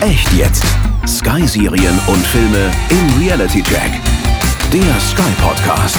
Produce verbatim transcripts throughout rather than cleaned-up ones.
Echt jetzt. Sky-Serien und Filme im Reality Check. Der Sky Podcast.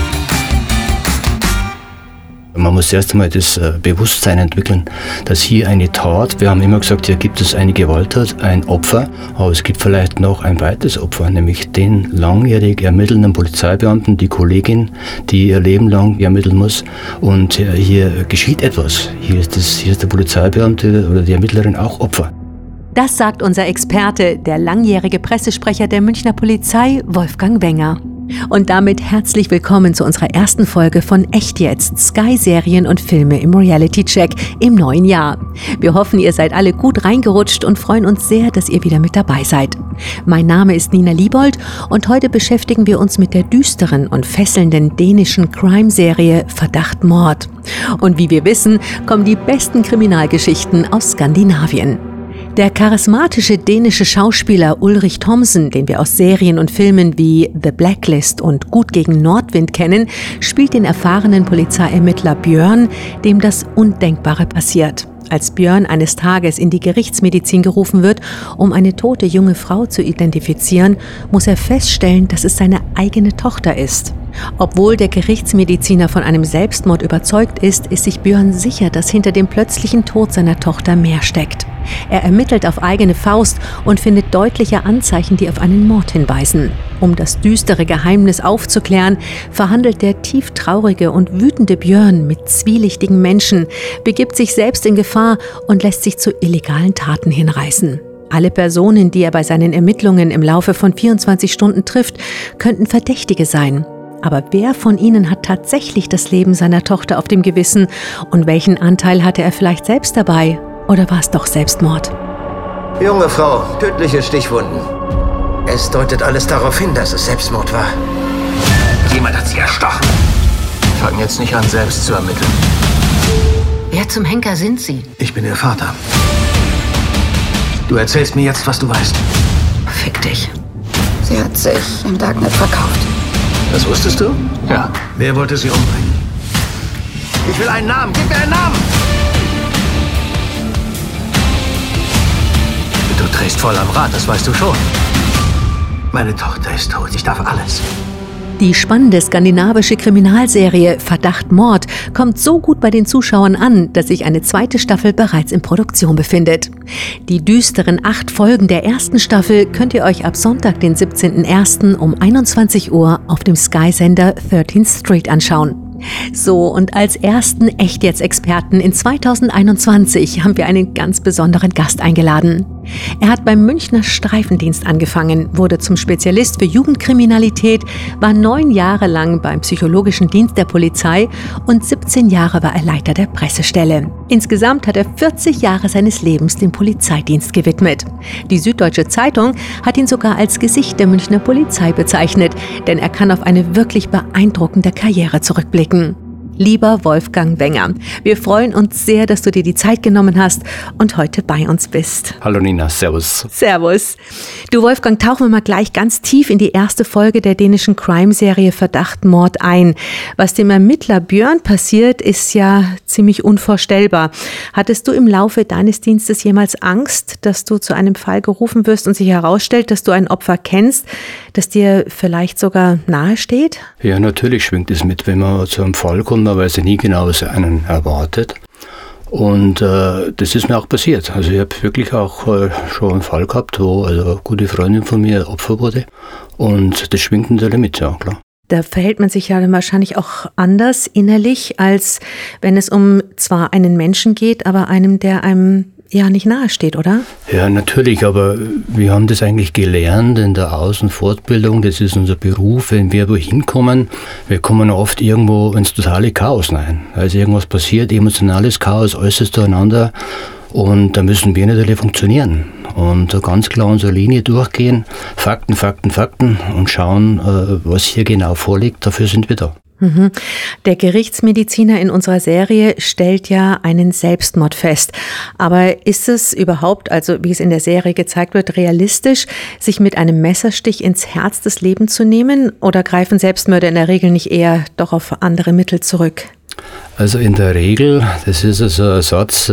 Man muss erst einmal das Bewusstsein entwickeln, dass hier eine Tat, wir haben immer gesagt, hier gibt es eine Gewalttat, ein Opfer, aber es gibt vielleicht noch ein weiteres Opfer, nämlich den langjährig ermittelnden Polizeibeamten, die Kollegin, die ihr Leben lang ermitteln muss. Und hier geschieht etwas. Hier ist, das, hier ist der Polizeibeamte oder die Ermittlerin auch Opfer. Das sagt unser Experte, der langjährige Pressesprecher der Münchner Polizei, Wolfgang Wenger. Und damit herzlich willkommen zu unserer ersten Folge von Echt jetzt, Sky-Serien und Filme im Reality-Check im neuen Jahr. Wir hoffen, ihr seid alle gut reingerutscht und freuen uns sehr, dass ihr wieder mit dabei seid. Mein Name ist Nina Liebold und heute beschäftigen wir uns mit der düsteren und fesselnden dänischen Crime-Serie Verdacht Mord. Und wie wir wissen, kommen die besten Kriminalgeschichten aus Skandinavien. Der charismatische dänische Schauspieler Ulrich Thomsen, den wir aus Serien und Filmen wie The Blacklist und Gut gegen Nordwind kennen, spielt den erfahrenen Polizeiermittler Björn, dem das Undenkbare passiert. Als Björn eines Tages in die Gerichtsmedizin gerufen wird, um eine tote junge Frau zu identifizieren, muss er feststellen, dass es seine eigene Tochter ist. Obwohl der Gerichtsmediziner von einem Selbstmord überzeugt ist, ist sich Björn sicher, dass hinter dem plötzlichen Tod seiner Tochter mehr steckt. Er ermittelt auf eigene Faust und findet deutliche Anzeichen, die auf einen Mord hinweisen. Um das düstere Geheimnis aufzuklären, verhandelt der tieftraurige und wütende Björn mit zwielichtigen Menschen, begibt sich selbst in Gefahr und lässt sich zu illegalen Taten hinreißen. Alle Personen, die er bei seinen Ermittlungen im Laufe von vierundzwanzig Stunden trifft, könnten Verdächtige sein. Aber wer von ihnen hat tatsächlich das Leben seiner Tochter auf dem Gewissen und welchen Anteil hatte er vielleicht selbst dabei? Oder war es doch Selbstmord? Junge Frau, tödliche Stichwunden. Es deutet alles darauf hin, dass es Selbstmord war. Jemand hat sie erstochen. Fang jetzt nicht an, selbst zu ermitteln. Wer zum Henker sind Sie? Ich bin Ihr Vater. Du erzählst mir jetzt, was du weißt. Fick dich. Sie hat sich im Darknet verkauft. Das wusstest du? Ja. Wer wollte sie umbringen? Ich will einen Namen. Gib mir einen Namen! Du drehst voll am Rad, das weißt du schon. Meine Tochter ist tot. Ich darf alles. Die spannende skandinavische Kriminalserie Verdacht Mord kommt so gut bei den Zuschauern an, dass sich eine zweite Staffel bereits in Produktion befindet. Die düsteren acht Folgen der ersten Staffel könnt ihr euch ab Sonntag, den siebzehnten ersten um einundzwanzig Uhr auf dem Sky-Sender thirteenth Street anschauen. So, und als ersten Echt-Jetzt-Experten in zweitausendeinundzwanzig haben wir einen ganz besonderen Gast eingeladen. Er hat beim Münchner Streifendienst angefangen, wurde zum Spezialist für Jugendkriminalität, war neun Jahre lang beim psychologischen Dienst der Polizei und siebzehn Jahre war er Leiter der Pressestelle. Insgesamt hat er vierzig Jahre seines Lebens dem Polizeidienst gewidmet. Die Süddeutsche Zeitung hat ihn sogar als Gesicht der Münchner Polizei bezeichnet, denn er kann auf eine wirklich beeindruckende Karriere zurückblicken. Lieber Wolfgang Wenger, wir freuen uns sehr, dass du dir die Zeit genommen hast und heute bei uns bist. Hallo Nina, servus. Servus. Du Wolfgang, tauchen wir mal gleich ganz tief in die erste Folge der dänischen Crime-Serie Verdacht Mord ein. Was dem Ermittler Björn passiert, ist ja ziemlich unvorstellbar. Hattest du im Laufe deines Dienstes jemals Angst, dass du zu einem Fall gerufen wirst und sich herausstellt, dass du ein Opfer kennst, das dir vielleicht sogar nahe steht? Ja, natürlich schwingt es mit, wenn man zu einem Fall kommt. Man weiß ja nie genau, was einen erwartet. Und äh, das ist mir auch passiert. Also ich habe wirklich auch äh, schon einen Fall gehabt, wo also eine gute Freundin von mir Opfer wurde. Und das schwingt natürlich mit, ja klar. Da verhält man sich ja dann wahrscheinlich auch anders innerlich, als wenn es um zwar einen Menschen geht, aber einem, der einem ja nicht nahe steht, oder? Ja, natürlich, aber wir haben das eigentlich gelernt in der Außenfortbildung, das ist unser Beruf, wenn wir wohin kommen, wir kommen oft irgendwo ins totale Chaos rein. Also irgendwas passiert, emotionales Chaos, alles durcheinander und da müssen wir natürlich funktionieren und ganz klar unsere Linie durchgehen, Fakten, Fakten, Fakten und schauen, was hier genau vorliegt, dafür sind wir da. Der Gerichtsmediziner in unserer Serie stellt ja einen Selbstmord fest. Aber ist es überhaupt, also wie es in der Serie gezeigt wird, realistisch, sich mit einem Messerstich ins Herz des Lebens zu nehmen? Oder greifen Selbstmörder in der Regel nicht eher doch auf andere Mittel zurück? Also in der Regel, das ist also ein Satz,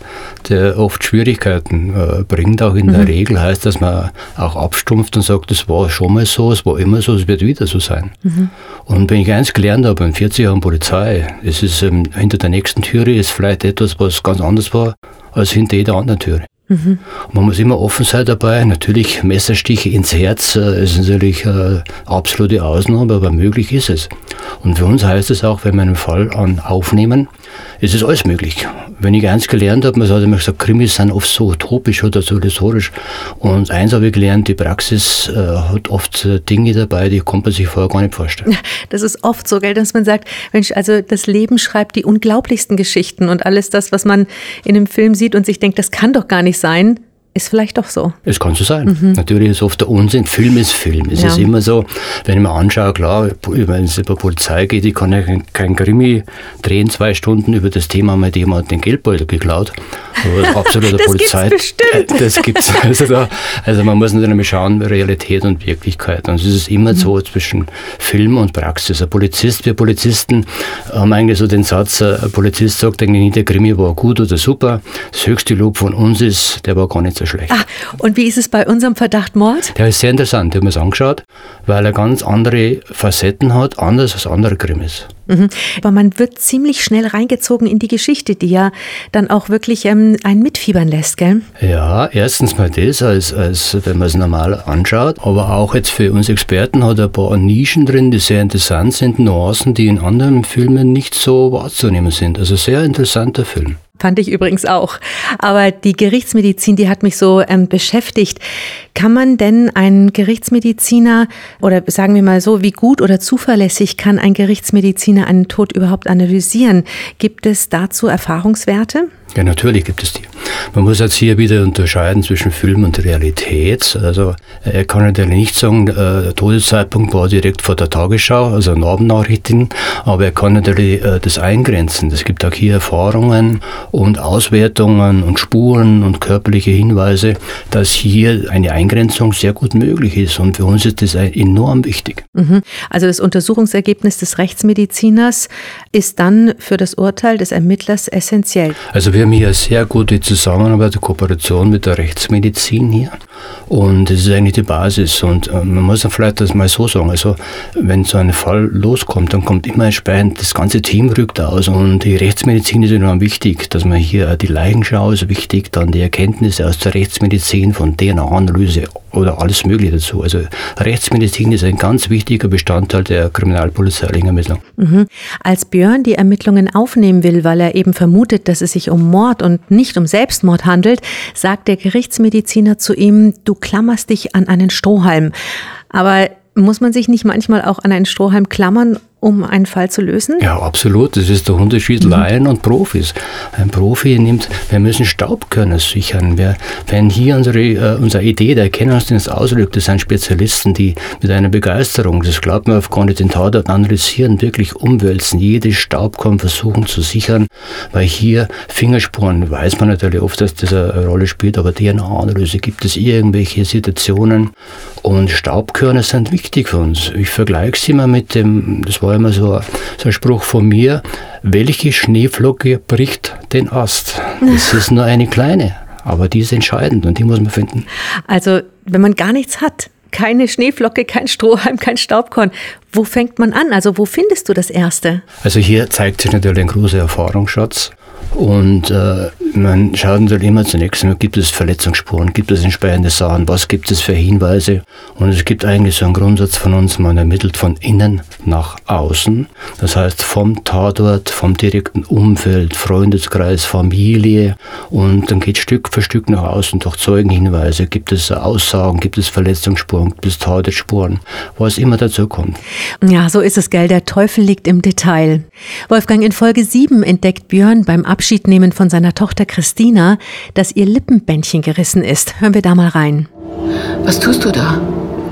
der oft Schwierigkeiten bringt. Auch in mhm. der Regel heißt, dass man auch abstumpft und sagt, das war schon mal so, es war immer so, es wird wieder so sein. Mhm. Und wenn ich eins gelernt habe, in vierzig Jahren Polizei, es ist ähm, hinter der nächsten Türe ist vielleicht etwas, was ganz anders war, als hinter jeder anderen Türe. Mhm. Man muss immer offen sein dabei. Natürlich Messerstiche ins Herz äh, ist natürlich äh, absolute Ausnahme, aber möglich ist es. Und für uns heißt es auch, wenn wir einen Fall an aufnehmen, ist es alles möglich. Wenn ich eins gelernt habe, man hat immer gesagt, Krimis sind oft so utopisch oder so illusorisch. Und eins habe ich gelernt, die Praxis äh, hat oft äh, Dinge dabei, die konnte man sich vorher gar nicht vorstellen. Das ist oft so, gell, dass man sagt, Mensch, also das Leben schreibt die unglaublichsten Geschichten und alles das, was man in einem Film sieht und sich denkt, das kann doch gar nicht sein, ist vielleicht doch so. Es kann so sein. Mhm. Natürlich ist oft der Unsinn. Film ist Film. Es ja. ist immer so, wenn ich mir anschaue, klar, wenn es über Polizei geht, ich kann ja kein, kein Krimi drehen, zwei Stunden über das Thema, mit jemand den Geldbeutel geklaut. Aber absoluter das Polizei. Gibt's bestimmt. Das gibt es. Also, da, also man muss natürlich mal schauen, Realität und Wirklichkeit. Und es ist immer mhm. so zwischen Film und Praxis. Ein Polizist, wir Polizisten haben eigentlich so den Satz, ein Polizist sagt eigentlich nicht, der Krimi war gut oder super. Das höchste Lob von uns ist, der war gar nicht so schlecht. Ah, und wie ist es bei unserem Verdacht Mord? Der ist sehr interessant, ich habe mir das angeschaut, weil er ganz andere Facetten hat, anders als andere Krimis. Mhm. Aber man wird ziemlich schnell reingezogen in die Geschichte, die ja dann auch wirklich ähm, einen mitfiebern lässt, gell? Ja, erstens mal das, als, als wenn man es normal anschaut, aber auch jetzt für uns Experten hat er ein paar Nischen drin, die sehr interessant sind, Nuancen, die in anderen Filmen nicht so wahrzunehmen sind. Also sehr interessanter Film. Fand ich übrigens auch. Aber die Gerichtsmedizin, die hat mich so ähm, beschäftigt. Kann man denn einen Gerichtsmediziner, oder sagen wir mal so, wie gut oder zuverlässig kann ein Gerichtsmediziner einen Tod überhaupt analysieren? Gibt es dazu Erfahrungswerte? Ja, natürlich gibt es die. Man muss jetzt hier wieder unterscheiden zwischen Film und Realität. Also er kann natürlich nicht sagen, der Todeszeitpunkt war direkt vor der Tagesschau, also Abendnachrichten, aber er kann natürlich das eingrenzen. Es gibt auch hier Erfahrungen und Auswertungen und Spuren und körperliche Hinweise, dass hier eine Eingrenzung sehr gut möglich ist. Und für uns ist das enorm wichtig. Also das Untersuchungsergebnis des Rechtsmediziners ist dann für das Urteil des Ermittlers essentiell. Also wir Wir haben hier eine sehr gute Zusammenarbeit, Kooperation mit der Rechtsmedizin hier. Und das ist eigentlich die Basis. Und man muss vielleicht das mal so sagen, also wenn so ein Fall loskommt, dann kommt immer entsprechend, das ganze Team rückt aus. Und die Rechtsmedizin ist enorm wichtig, dass man hier, die Leichenschau ist wichtig, dann die Erkenntnisse aus der Rechtsmedizin, von D N A-Analyse oder alles Mögliche dazu. Also Rechtsmedizin ist ein ganz wichtiger Bestandteil der kriminalpolizeilichen Ermittlung. Mhm. Als Björn die Ermittlungen aufnehmen will, weil er eben vermutet, dass es sich um Mord und nicht um Selbstmord handelt, sagt der Gerichtsmediziner zu ihm, du klammerst dich an einen Strohhalm. Aber muss man sich nicht manchmal auch an einen Strohhalm klammern, um einen Fall zu lösen? Ja, absolut. Das ist der Unterschied, mhm. Laien und Profis. Ein Profi nimmt, wir müssen Staubkörner sichern. Wir, wenn hier unsere, äh, unsere Idee der Erkennungsdienst ausrückt, das sind Spezialisten, die mit einer Begeisterung, das glaubt man aufgrund den Tatort analysieren, wirklich umwälzen, jedes Staubkorn versuchen zu sichern, weil hier Fingerspuren, weiß man natürlich oft, dass das eine Rolle spielt, aber D N A-Analyse, gibt es irgendwelche Situationen und Staubkörner sind wichtig für uns. Ich vergleiche sie immer mit dem, das war immer so, so ein Spruch von mir, welche Schneeflocke bricht den Ast? Das ist nur eine kleine, aber die ist entscheidend und die muss man finden. Also wenn man gar nichts hat, keine Schneeflocke, kein Strohhalm, kein Staubkorn, wo fängt man an? Also wo findest du das Erste? Also hier zeigt sich natürlich ein großer Erfahrungsschatz. Und äh, man schaut natürlich immer zunächst, gibt es Verletzungsspuren, gibt es entsprechende Sachen, was gibt es für Hinweise? Und es gibt eigentlich so einen Grundsatz von uns, man ermittelt von innen nach außen. Das heißt vom Tatort, vom direkten Umfeld, Freundeskreis, Familie. Und dann geht Stück für Stück nach außen durch Zeugenhinweise. Gibt es Aussagen, gibt es Verletzungsspuren, gibt es Tatortspuren, was immer dazu kommt. Ja, so ist es, gell. Der Teufel liegt im Detail. Wolfgang, in Folge sieben entdeckt Björn beim Abschiednehmen von seiner Tochter Christina, dass ihr Lippenbändchen gerissen ist. Hören wir da mal rein. Was tust du da?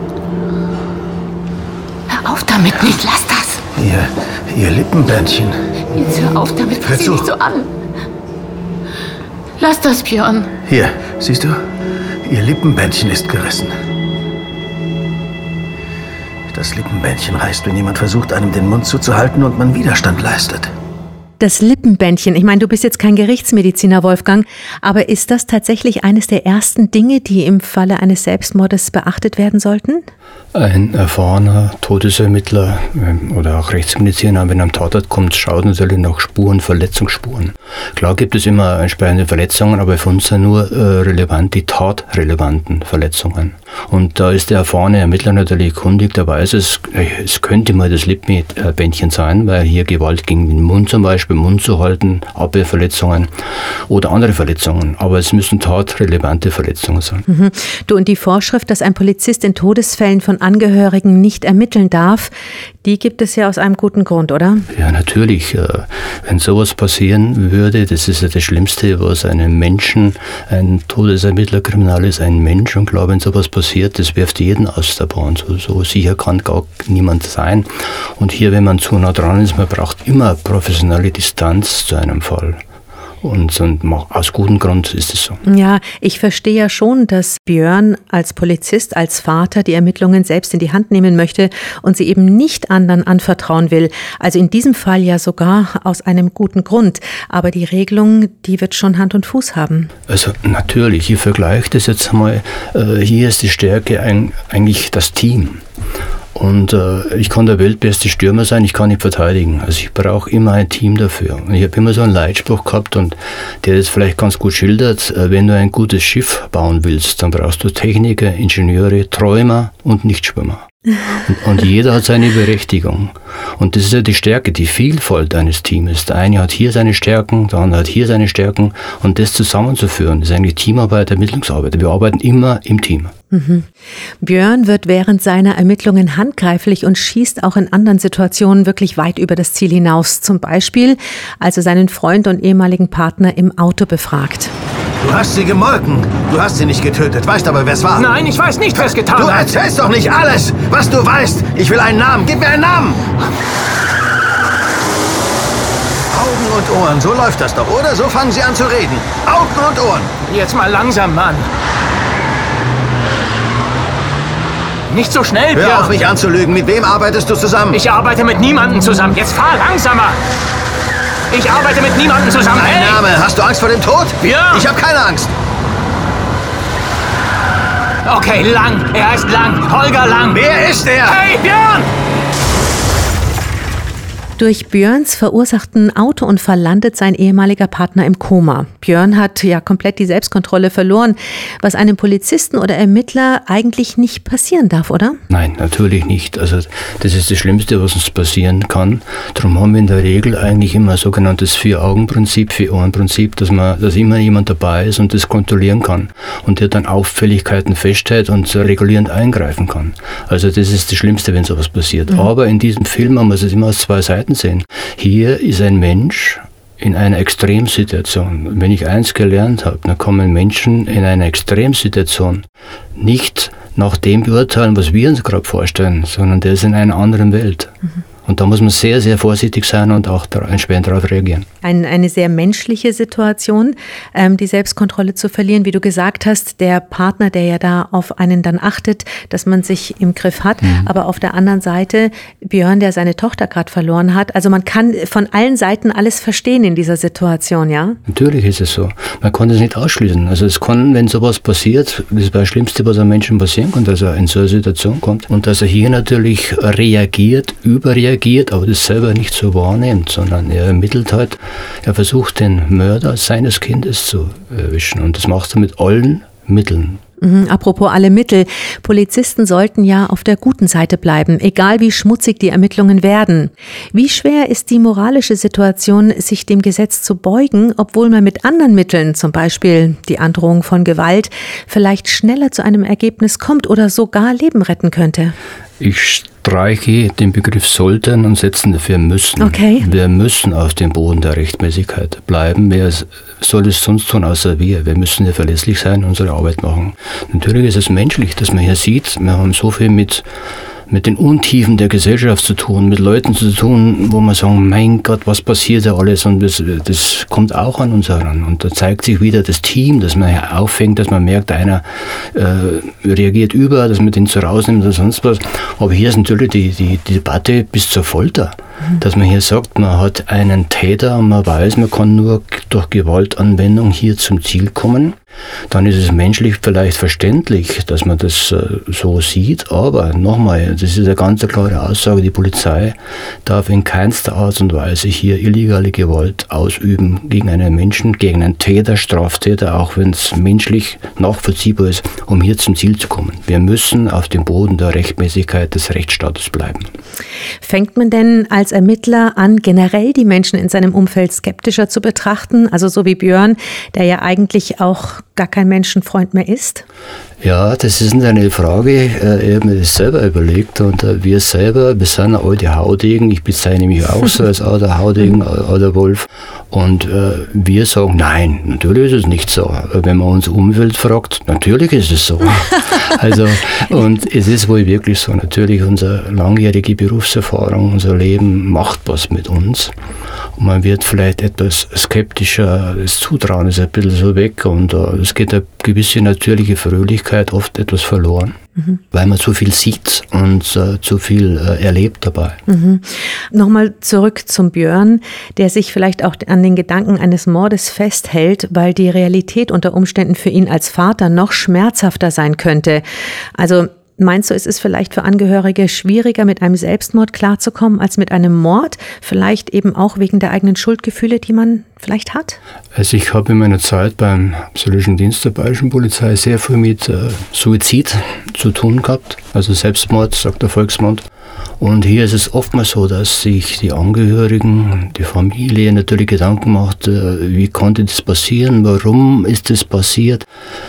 Hör auf damit, nicht, lass das. Ihr, ihr Lippenbändchen. Jetzt hör auf damit, fass sie nicht so an. Lass das, Björn. Hier, siehst du? Ihr Lippenbändchen ist gerissen. Das Lippenbändchen reißt, wenn jemand versucht, einem den Mund zuzuhalten und man Widerstand leistet. Das Lippenbändchen. Ich meine, du bist jetzt kein Gerichtsmediziner, Wolfgang, aber ist das tatsächlich eines der ersten Dinge, die im Falle eines Selbstmordes beachtet werden sollten? Ein erfahrener Todesermittler oder auch Rechtsmediziner, wenn er am Tatort kommt, schaut natürlich nach Spuren, Verletzungsspuren. Klar gibt es immer entsprechende Verletzungen, aber für uns sind nur äh, relevant die tatrelevanten Verletzungen. Und da ist der erfahrene Ermittler natürlich kundig, der weiß, es, es könnte mal das Lippenbändchen sein, weil hier Gewalt gegen den Mund zum Beispiel, Mund zu halten, Abwehrverletzungen oder andere Verletzungen. Aber es müssen tatrelevante Verletzungen sein. Mhm. Du, und die Vorschrift, dass ein Polizist in Todesfällen von Angehörigen nicht ermitteln darf, die gibt es ja aus einem guten Grund, oder? Ja, natürlich. Wenn sowas passieren würde, das ist ja das Schlimmste, was einem Menschen, ein Todesermittler, Kriminal ist ein Mensch. Und klar, wenn sowas passiert, das wirft jeden aus der Bahn. So, so sicher kann gar niemand sein. Und hier, wenn man zu nah dran ist, man braucht immer professionelle Distanz zu einem Fall. Und, und aus gutem Grund ist es so. Ja, ich verstehe ja schon, dass Björn als Polizist, als Vater die Ermittlungen selbst in die Hand nehmen möchte und sie eben nicht anderen anvertrauen will. Also in diesem Fall ja sogar aus einem guten Grund. Aber die Regelung, die wird schon Hand und Fuß haben. Also natürlich, ich vergleiche das jetzt mal. Hier ist die Stärke eigentlich das Team. Und äh, ich kann der weltbeste Stürmer sein, ich kann nicht verteidigen. Also ich brauche immer ein Team dafür. Und ich habe immer so einen Leitspruch gehabt und der das vielleicht ganz gut schildert. Äh, wenn du ein gutes Schiff bauen willst, dann brauchst du Techniker, Ingenieure, Träumer und Nichtschwimmer. Und, und jeder hat seine Berechtigung. Und das ist ja die Stärke, die Vielfalt eines Teams. Der eine hat hier seine Stärken, der andere hat hier seine Stärken. Und das zusammenzuführen, das ist eigentlich Teamarbeit, Ermittlungsarbeit. Wir arbeiten immer im Team. Mhm. Björn wird während seiner Ermittlungen handgreiflich und schießt auch in anderen Situationen wirklich weit über das Ziel hinaus. Zum Beispiel, als er seinen Freund und ehemaligen Partner im Auto befragt. Du hast sie gemolken. Du hast sie nicht getötet. Weißt aber, wer es war? Nein, ich weiß nicht, wer es getan hat. Du erzählst doch nicht alles, was du weißt. Ich will einen Namen. Gib mir einen Namen. Augen und Ohren, so läuft das doch, oder? So fangen sie an zu reden. Augen und Ohren. Jetzt mal langsam, Mann. Nicht so schnell, Björn. Hör auf, mich anzulügen. Mit wem arbeitest du zusammen? Ich arbeite mit niemandem zusammen. Jetzt fahr langsamer. Ich arbeite mit niemandem zusammen. Mein hey. Name. Hast du Angst vor dem Tod? Ja. Ich habe keine Angst. Okay, Lang. Er heißt Lang. Holger Lang. Wer ist er? Hey, Björn! Durch Björns verursachten Autounfall landet sein ehemaliger Partner im Koma. Björn hat ja komplett die Selbstkontrolle verloren, was einem Polizisten oder Ermittler eigentlich nicht passieren darf, oder? Nein, natürlich nicht. Also das ist das Schlimmste, was uns passieren kann. Darum haben wir in der Regel eigentlich immer ein sogenanntes Vier-Augen-Prinzip, Vier-Ohren-Prinzip, dass man, dass immer jemand dabei ist und das kontrollieren kann und der dann Auffälligkeiten feststellt und regulierend eingreifen kann. Also das ist das Schlimmste, wenn sowas passiert. Mhm. Aber in diesem Film haben wir es immer aus zwei Seiten sehen. Hier ist ein Mensch in einer Extremsituation. Wenn ich eins gelernt habe, dann kann man Menschen in einer Extremsituation nicht nach dem beurteilen, was wir uns gerade vorstellen, sondern der ist in einer anderen Welt. Mhm. Und da muss man sehr, sehr vorsichtig sein und auch entsprechend darauf reagieren. Ein, eine sehr menschliche Situation, ähm, die Selbstkontrolle zu verlieren. Wie du gesagt hast, der Partner, der ja da auf einen dann achtet, dass man sich im Griff hat. Mhm. Aber auf der anderen Seite Björn, der seine Tochter gerade verloren hat. Also man kann von allen Seiten alles verstehen in dieser Situation, ja? Natürlich ist es so. Man kann das nicht ausschließen. Also es kann, wenn sowas passiert, das ist das Schlimmste, was einem Menschen passieren kann, dass er in so eine Situation kommt. Und dass er hier natürlich reagiert, überreagiert, aber das selber nicht so wahrnimmt, sondern er ermittelt halt, er versucht den Mörder seines Kindes zu erwischen und das macht er mit allen Mitteln. Mhm, apropos alle Mittel. Polizisten sollten ja auf der guten Seite bleiben, egal wie schmutzig die Ermittlungen werden. Wie schwer ist die moralische Situation, sich dem Gesetz zu beugen, obwohl man mit anderen Mitteln, zum Beispiel die Androhung von Gewalt, vielleicht schneller zu einem Ergebnis kommt oder sogar Leben retten könnte? Ich streiche den Begriff sollten und setzen dafür müssen. Okay. Wir müssen auf dem Boden der Rechtmäßigkeit bleiben. Wer soll es sonst tun, außer wir? Wir müssen ja verlässlich sein und unsere Arbeit machen. Natürlich ist es menschlich, dass man hier sieht, wir haben so viel mit mit den Untiefen der Gesellschaft zu tun, mit Leuten zu tun, wo man sagen, mein Gott, was passiert da alles? Und das, das kommt auch an uns heran. Und da zeigt sich wieder das Team, dass man auffängt, dass man merkt, einer äh, reagiert über, dass man den so rausnimmt oder sonst was. Aber hier ist natürlich die, die, die Debatte bis zur Folter. Dass man hier sagt, man hat einen Täter und man weiß, man kann nur durch Gewaltanwendung hier zum Ziel kommen. Dann ist es menschlich vielleicht verständlich, dass man das äh, so sieht, aber nochmal, das ist eine ganz klare Aussage, die Polizei darf in keinster Art und Weise hier illegale Gewalt ausüben gegen einen Menschen, gegen einen Täter, Straftäter, auch wenn es menschlich nachvollziehbar ist, um hier zum Ziel zu kommen. Wir müssen auf dem Boden der Rechtmäßigkeit des Rechtsstaates bleiben. Fängt man denn als Ermittler an, generell die Menschen in seinem Umfeld skeptischer zu betrachten, also so wie Björn, der ja eigentlich auch gar kein Menschenfreund mehr ist? Ja, das ist eine Frage, ich habe mir das selber überlegt und wir selber, wir sind alte Haudegen, ich bezeichne mich auch so als alter Haudegen, alter Wolf und äh, wir sagen, nein, natürlich ist es nicht so. Wenn man unser Umfeld fragt, natürlich ist es so. Also, und es ist wohl wirklich so, natürlich unsere langjährige Berufserfahrung, unser Leben macht was mit uns und man wird vielleicht etwas skeptischer, das Zutrauen ist ein bisschen so weg und äh, es geht eine gewisse natürliche Fröhlichkeit oft etwas verloren, mhm. weil man zu viel sieht und äh, zu viel äh, erlebt dabei. Mhm. Nochmal zurück zum Björn, der sich vielleicht auch an den Gedanken eines Mordes festhält, weil die Realität unter Umständen für ihn als Vater noch schmerzhafter sein könnte. Also meinst du, es ist vielleicht für Angehörige schwieriger, mit einem Selbstmord klarzukommen, als mit einem Mord? Vielleicht eben auch wegen der eigenen Schuldgefühle, die man vielleicht hat? Also ich habe in meiner Zeit beim Absolvierten Dienst der Bayerischen Polizei sehr viel mit äh, Suizid zu tun gehabt. Also Selbstmord, sagt der Volksmund. Und hier ist es oftmals so, dass sich die Angehörigen, die Familie natürlich Gedanken macht, äh, wie konnte das passieren, warum ist das passiert?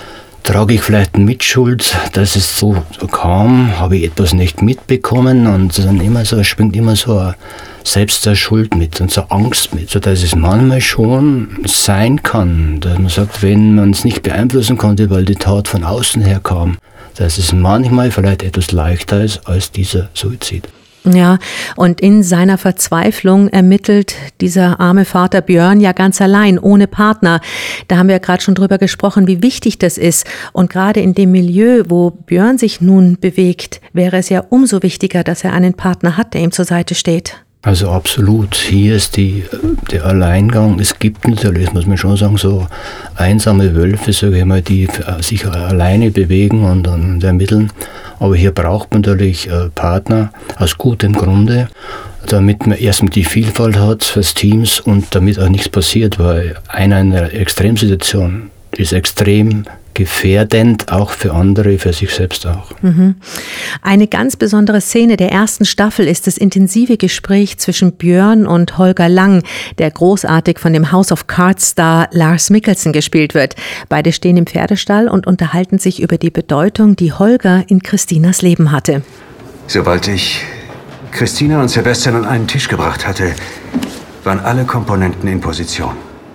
Trage ich vielleicht Mitschuld, dass es so kam? Habe ich etwas nicht mitbekommen? Und dann immer so, schwingt immer so eine Selbstschuld mit und so Angst mit, sodass es manchmal schon sein kann, dass man sagt, wenn man es nicht beeinflussen konnte, weil die Tat von außen her kam, dass es manchmal vielleicht etwas leichter ist als dieser Suizid. Ja, und in seiner Verzweiflung ermittelt dieser arme Vater Björn ja ganz allein, ohne Partner. Da haben wir ja gerade schon drüber gesprochen, wie wichtig das ist. Und gerade in dem Milieu, wo Björn sich nun bewegt, wäre es ja umso wichtiger, dass er einen Partner hat, der ihm zur Seite steht. Also absolut. Hier ist die, der Alleingang. Es gibt natürlich, muss man schon sagen, so einsame Wölfe, sage ich mal, die sich alleine bewegen und, und ermitteln. Aber hier braucht man natürlich Partner aus gutem Grunde, damit man erstmal die Vielfalt hat fürs Teams und damit auch nichts passiert, weil einer in einer Extremsituation ist extrem gefährdend, auch für andere, für sich selbst auch. Mhm. Eine ganz besondere Szene der ersten Staffel ist das intensive Gespräch zwischen Björn und Holger Lang, der großartig von dem House of Cards Star Lars Mikkelsen gespielt wird. Beide stehen im Pferdestall und unterhalten sich über die Bedeutung, die Holger in Christinas Leben hatte. Sobald ich Christina und Sebastian an einen Tisch gebracht hatte, waren alle Komponenten in Position.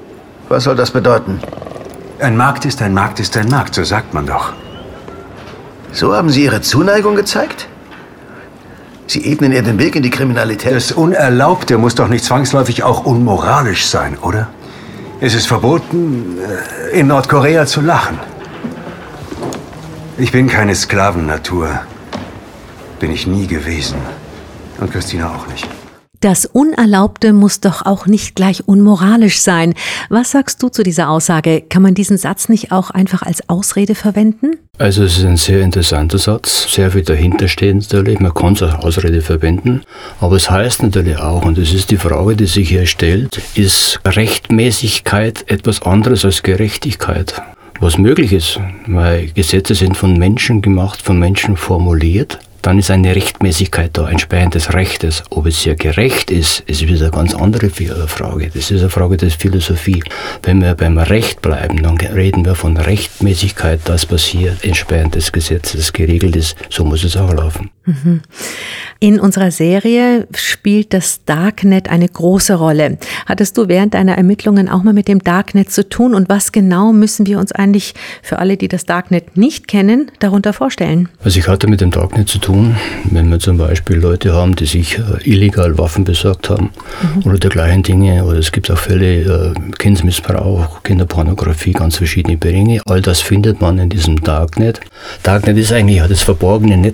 Was soll das bedeuten? Ein Markt ist ein Markt ist ein Markt, so sagt man doch. So haben Sie Ihre Zuneigung gezeigt? Sie ebnen ihr den Weg in die Kriminalität? Das Unerlaubte muss doch nicht zwangsläufig auch unmoralisch sein, oder? Es ist verboten, in Nordkorea zu lachen. Ich bin keine Sklavennatur. Bin ich nie gewesen. Und Christina auch nicht. Das Unerlaubte muss doch auch nicht gleich unmoralisch sein. Was sagst du zu dieser Aussage? Kann man diesen Satz nicht auch einfach als Ausrede verwenden? Also es ist ein sehr interessanter Satz, sehr viel dahinter steht natürlich. Man kann es als Ausrede verwenden, aber es heißt natürlich auch, und das ist die Frage, die sich hier stellt, ist Rechtmäßigkeit etwas anderes als Gerechtigkeit? Was möglich ist, weil Gesetze sind von Menschen gemacht, von Menschen formuliert. Dann ist eine Rechtmäßigkeit da, ein Speichern des Rechtes. Ob es hier gerecht ist, ist wieder eine ganz andere Frage. Das ist eine Frage der Philosophie. Wenn wir beim Recht bleiben, dann reden wir von Rechtmäßigkeit, das passiert, entsprechend des Gesetzes geregelt ist. So muss es auch laufen. In unserer Serie spielt das Darknet eine große Rolle. Hattest du während deiner Ermittlungen auch mal mit dem Darknet zu tun? Und was genau müssen wir uns eigentlich, für alle, die das Darknet nicht kennen, darunter vorstellen? Also ich hatte mit dem Darknet zu tun, wenn wir zum Beispiel Leute haben, die sich äh, illegal Waffen besorgt haben mhm. oder dergleichen Dinge. Oder es gibt auch Fälle, äh, Kindesmissbrauch, Kinderpornografie, ganz verschiedene Bereiche. All das findet man in diesem Darknet. Darknet ist eigentlich das verborgene Netz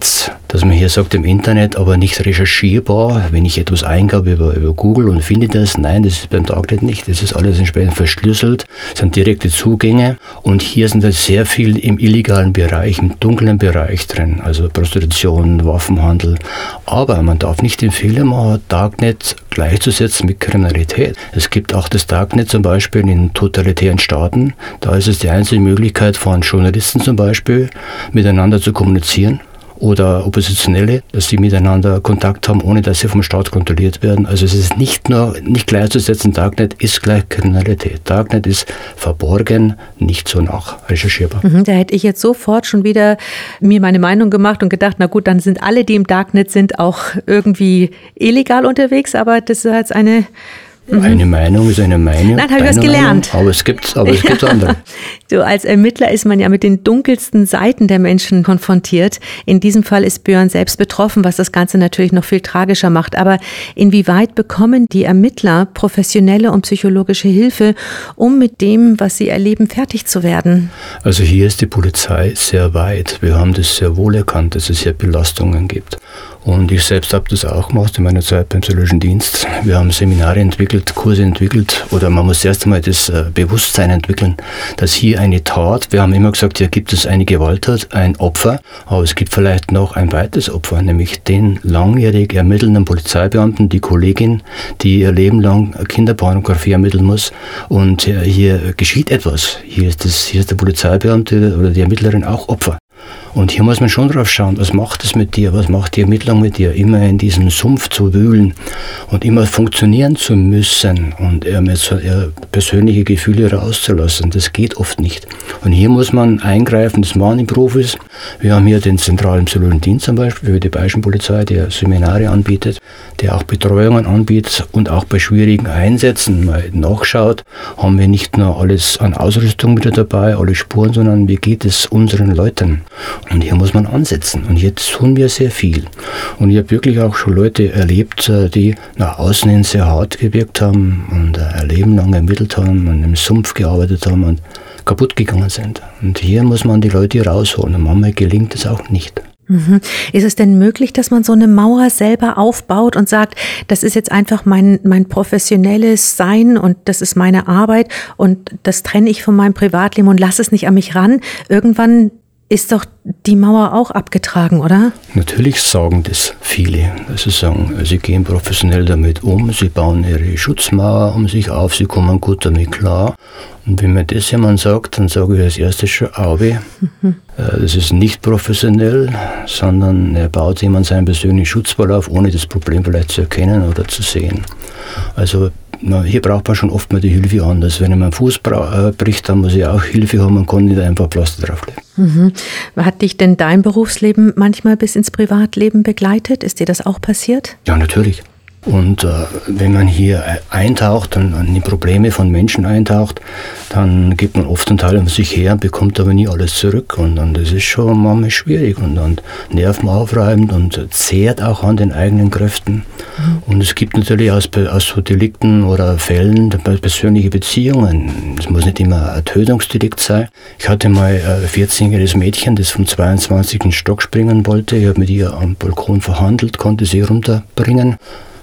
dass man hier sagt im Internet, aber nicht recherchierbar, wenn ich etwas eingabe über, über Google und finde das, nein, das ist beim Darknet nicht, das ist alles entsprechend verschlüsselt, sind direkte Zugänge und hier sind halt sehr viel im illegalen Bereich, im dunklen Bereich drin, also Prostitution, Waffenhandel, aber man darf nicht den Fehler machen, Darknet gleichzusetzen mit Kriminalität. Es gibt auch das Darknet zum Beispiel in totalitären Staaten, da ist es die einzige Möglichkeit von Journalisten zum Beispiel, miteinander zu kommunizieren. Oder Oppositionelle, dass sie miteinander Kontakt haben, ohne dass sie vom Staat kontrolliert werden. Also es ist nicht nur, nicht gleichzusetzen, Darknet ist gleich Kriminalität. Darknet ist verborgen, nicht so nachrecherchierbar. Mhm, da hätte ich jetzt sofort schon wieder mir meine Meinung gemacht und gedacht, na gut, dann sind alle, die im Darknet sind, auch irgendwie illegal unterwegs, aber das ist jetzt eine... Mhm. Eine Meinung ist eine Meinung. Nein, habe ich was gelernt. Meinung, aber es gibt, aber es gibt andere. So, als Ermittler ist man ja mit den dunkelsten Seiten der Menschen konfrontiert. In diesem Fall ist Björn selbst betroffen, was das Ganze natürlich noch viel tragischer macht. Aber inwieweit bekommen die Ermittler professionelle und psychologische Hilfe, um mit dem, was sie erleben, fertig zu werden? Also hier ist die Polizei sehr weit. Wir haben das sehr wohl erkannt, dass es hier Belastungen gibt. Und ich selbst habe das auch gemacht in meiner Zeit beim Zoologischen Dienst. Wir haben Seminare entwickelt, Kurse entwickelt oder man muss erst einmal das äh, Bewusstsein entwickeln, dass hier eine Tat, wir haben immer gesagt, hier gibt es eine Gewalttat, ein Opfer, aber es gibt vielleicht noch ein weiteres Opfer, nämlich den langjährig ermittelnden Polizeibeamten, die Kollegin, die ihr Leben lang Kinderpornografie ermitteln muss und äh, hier geschieht etwas. Hier ist, das, hier ist der Polizeibeamte oder die Ermittlerin auch Opfer. Und hier muss man schon drauf schauen, was macht es mit dir, was macht die Ermittlung mit dir, immer in diesem Sumpf zu wühlen und immer funktionieren zu müssen und eher mit so eher persönliche Gefühle rauszulassen, das geht oft nicht. Und hier muss man eingreifen, das machen die Profis. Wir haben hier den zentralen Zoologischen Dienst zum Beispiel für die Bayerischen Polizei, der Seminare anbietet, der auch Betreuungen anbietet und auch bei schwierigen Einsätzen mal nachschaut, haben wir nicht nur alles an Ausrüstung wieder dabei, alle Spuren, sondern wie geht es unseren Leuten? Und hier muss man ansetzen. Und jetzt tun wir sehr viel. Und ich habe wirklich auch schon Leute erlebt, die nach außen hin sehr hart gewirkt haben und ein Leben lang ermittelt haben und im Sumpf gearbeitet haben und kaputt gegangen sind. Und hier muss man die Leute rausholen. Und manchmal gelingt es auch nicht. Mhm. Ist es denn möglich, dass man so eine Mauer selber aufbaut und sagt, das ist jetzt einfach mein, mein professionelles Sein und das ist meine Arbeit und das trenne ich von meinem Privatleben und lasse es nicht an mich ran? Irgendwann ist doch die Mauer auch abgetragen, oder? Natürlich sagen das viele. Also sagen, sie gehen professionell damit um, sie bauen ihre Schutzmauer um sich auf, sie kommen gut damit klar. Und wenn mir das jemand sagt, dann sage ich als erstes schon, Auwe, mhm. das ist nicht professionell, sondern er baut jemand seinen persönlichen Schutzwall auf, ohne das Problem vielleicht zu erkennen oder zu sehen. Also na, hier braucht man schon oft mal die Hilfe anders. Wenn ich meinen Fuß bra- äh, bricht, dann muss ich auch Hilfe haben und kann nicht einfach Pflaster drauflegen. Mhm. Hat dich denn dein Berufsleben manchmal bis ins Privatleben begleitet? Ist dir das auch passiert? Ja, natürlich. Und äh, wenn man hier eintaucht und an die Probleme von Menschen eintaucht, dann gibt man oft einen Teil von sich her, bekommt aber nie alles zurück. Und, und das ist schon manchmal schwierig und, und nervenaufreibend und zehrt auch an den eigenen Kräften. Mhm. Und es gibt natürlich aus, aus so Delikten oder Fällen persönliche Beziehungen. Es muss nicht immer ein Tötungsdelikt sein. Ich hatte mal ein vierzehnjähriges Mädchen, das vom zweiundzwanzigsten Stock springen wollte. Ich habe mit ihr am Balkon verhandelt, konnte sie runterbringen.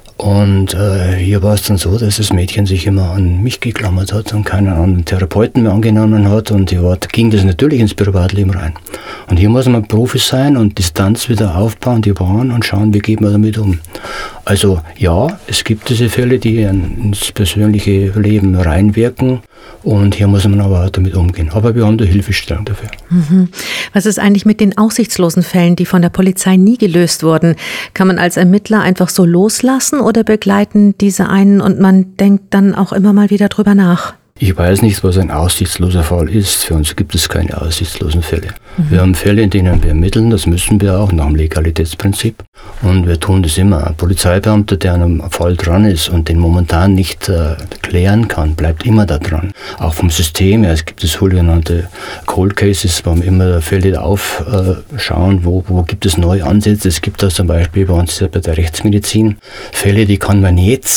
Und äh, hier war es dann so, dass das Mädchen sich immer an mich geklammert hat und keinen anderen Therapeuten mehr angenommen hat und hier war, ging das natürlich ins Privatleben rein. Und hier muss man Profi sein und Distanz wieder aufbauen, die Bahn und schauen, wie geht man damit um. Also ja, es gibt diese Fälle, die ins persönliche Leben reinwirken und hier muss man aber auch damit umgehen. Aber wir haben da Hilfestellung dafür. Mhm. Was ist eigentlich mit den aussichtslosen Fällen, die von der Polizei nie gelöst wurden? Kann man als Ermittler einfach so loslassen oder begleiten diese einen und man denkt dann auch immer mal wieder drüber nach? Ich weiß nicht, was ein aussichtsloser Fall ist. Für uns gibt es keine aussichtslosen Fälle. Mhm. Wir haben Fälle, in denen wir ermitteln, das müssen wir auch nach dem Legalitätsprinzip. Und wir tun das immer. Ein Polizeibeamter, der an einem Fall dran ist und den momentan nicht äh, klären kann, bleibt immer da dran. Auch vom System her, es gibt es sogenannte Cold Cases, wo wir immer Fälle aufschauen, äh, wo, wo gibt es neue Ansätze. Es gibt da zum Beispiel bei uns bei der Rechtsmedizin Fälle, die kann man jetzt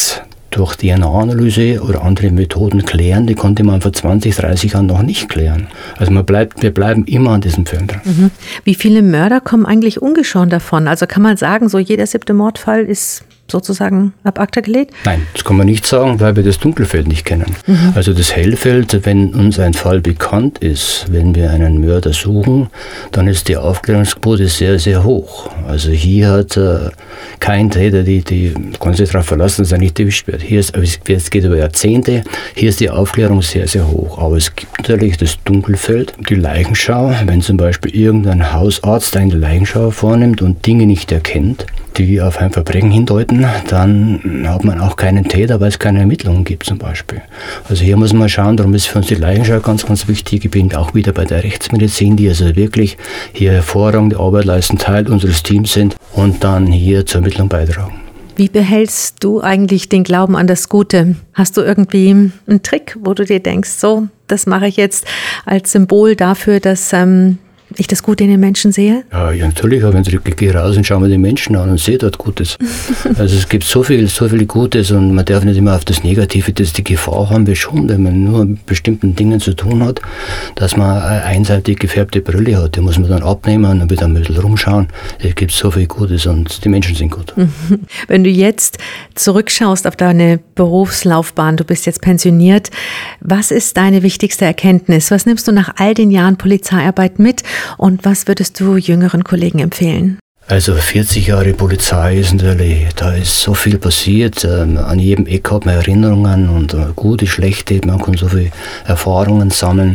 durch D N A-Analyse oder andere Methoden klären, die konnte man vor zwanzig, dreißig Jahren noch nicht klären. Also man bleibt, wir bleiben immer an diesem Film dran. Mhm. Wie viele Mörder kommen eigentlich ungeschoren davon? Also kann man sagen, so jeder siebte Mordfall ist sozusagen ab acta gelegt? Nein, das kann man nicht sagen, weil wir das Dunkelfeld nicht kennen. Mhm. Also das Hellfeld, wenn uns ein Fall bekannt ist, wenn wir einen Mörder suchen, dann ist die Aufklärungsquote sehr, sehr hoch. Also hier hat äh, kein Täter, die, die kann sich darauf verlassen, dass er nicht erwischt wird. Hier ist, es geht über Jahrzehnte, hier ist die Aufklärung sehr, sehr hoch. Aber es gibt natürlich das Dunkelfeld, die Leichenschau, wenn zum Beispiel irgendein Hausarzt eine Leichenschau vornimmt und Dinge nicht erkennt, die auf ein Verbrechen hindeuten, dann hat man auch keinen Täter, weil es keine Ermittlungen gibt zum Beispiel. Also hier muss man schauen, darum ist für uns die Leichenschau ganz, ganz wichtig. Ich bin auch wieder bei der Rechtsmedizin, die also wirklich hier hervorragende Arbeit leisten, Teil unseres Teams sind und dann hier zur Ermittlung beitragen. Wie behältst du eigentlich den Glauben an das Gute? Hast du irgendwie einen Trick, wo du dir denkst, so, das mache ich jetzt als Symbol dafür, dass ähm, ich das Gute in den Menschen sehe? Ja, ja natürlich, aber wenn ich gehe raus und schaue mir die Menschen an und sehe dort Gutes. Also es gibt so viel, so viel Gutes und man darf nicht immer auf das Negative, das die Gefahr haben wir schon, wenn man nur mit bestimmten Dingen zu tun hat, dass man eine einseitig gefärbte Brille hat. Die muss man dann abnehmen und wieder ein bisschen rumschauen. Es gibt so viel Gutes und die Menschen sind gut. Wenn du jetzt zurückschaust auf deine Berufslaufbahn, du bist jetzt pensioniert, was ist deine wichtigste Erkenntnis? Was nimmst du nach all den Jahren Polizeiarbeit mit? Und was würdest du jüngeren Kollegen empfehlen? Also vierzig Jahre Polizei ist natürlich, da ist so viel passiert. Ähm, an jedem Eck hat man Erinnerungen und äh, gute, schlechte, man kann so viele Erfahrungen sammeln.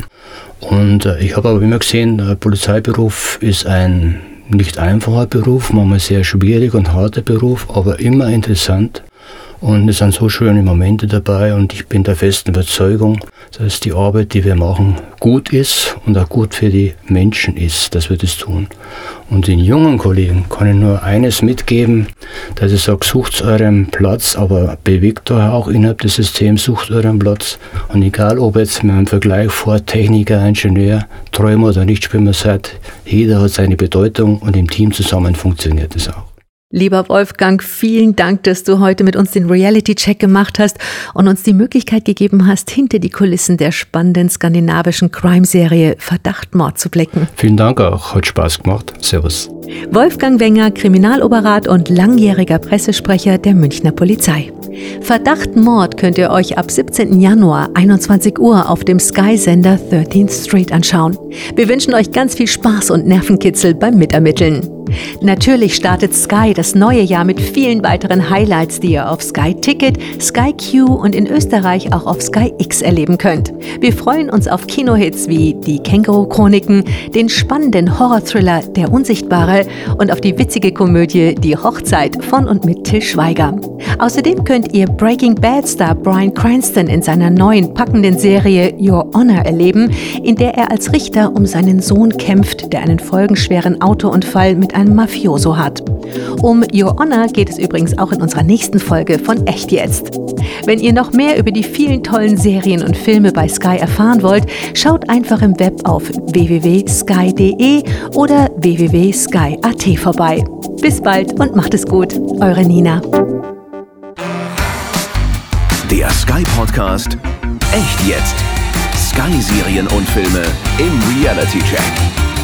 Und äh, ich habe aber immer gesehen, der Polizeiberuf ist ein nicht einfacher Beruf, manchmal sehr schwierig und harter Beruf, aber immer interessant. Und es sind so schöne Momente dabei und ich bin der festen Überzeugung, dass die Arbeit, die wir machen, gut ist und auch gut für die Menschen ist, dass wir das tun. Und den jungen Kollegen kann ich nur eines mitgeben, dass ich sage, sucht euren Platz, aber bewegt euch auch innerhalb des Systems, sucht euren Platz. Und egal, ob jetzt mit einem Vergleich vor Techniker, Ingenieur, Träumer oder Nichtschwimmer seid, jeder hat seine Bedeutung und im Team zusammen funktioniert es auch. Lieber Wolfgang, vielen Dank, dass du heute mit uns den Reality-Check gemacht hast und uns die Möglichkeit gegeben hast, hinter die Kulissen der spannenden skandinavischen Crime-Serie Verdacht Mord zu blicken. Vielen Dank auch, hat Spaß gemacht. Servus. Wolfgang Wenger, Kriminaloberrat und langjähriger Pressesprecher der Münchner Polizei. Verdacht Mord könnt ihr euch ab siebzehnten Januar, einundzwanzig Uhr auf dem Sky-Sender thirteenth Street anschauen. Wir wünschen euch ganz viel Spaß und Nervenkitzel beim Mitermitteln. Natürlich startet Sky das neue Jahr mit vielen weiteren Highlights, die ihr auf Sky Ticket, Sky Q und in Österreich auch auf Sky X erleben könnt. Wir freuen uns auf Kinohits wie Die Känguru-Chroniken, den spannenden Horror-Thriller Der Unsichtbare und auf die witzige Komödie Die Hochzeit von und mit Til Schweiger. Außerdem könnt ihr Breaking Bad-Star Bryan Cranston in seiner neuen packenden Serie Your Honor erleben, in der er als Richter um seinen Sohn kämpft, der einen folgenschweren Autounfall mit einem Mafioso hat. Um Your Honor geht es übrigens auch in unserer nächsten Folge von Echt jetzt. Wenn ihr noch mehr über die vielen tollen Serien und Filme bei Sky erfahren wollt, schaut einfach im Web auf w w w punkt sky punkt d e oder w w w punkt sky punkt a t vorbei. Bis bald und macht es gut. Eure Nina. Der Sky Podcast Echt jetzt. Sky Serien und Filme im Reality Check.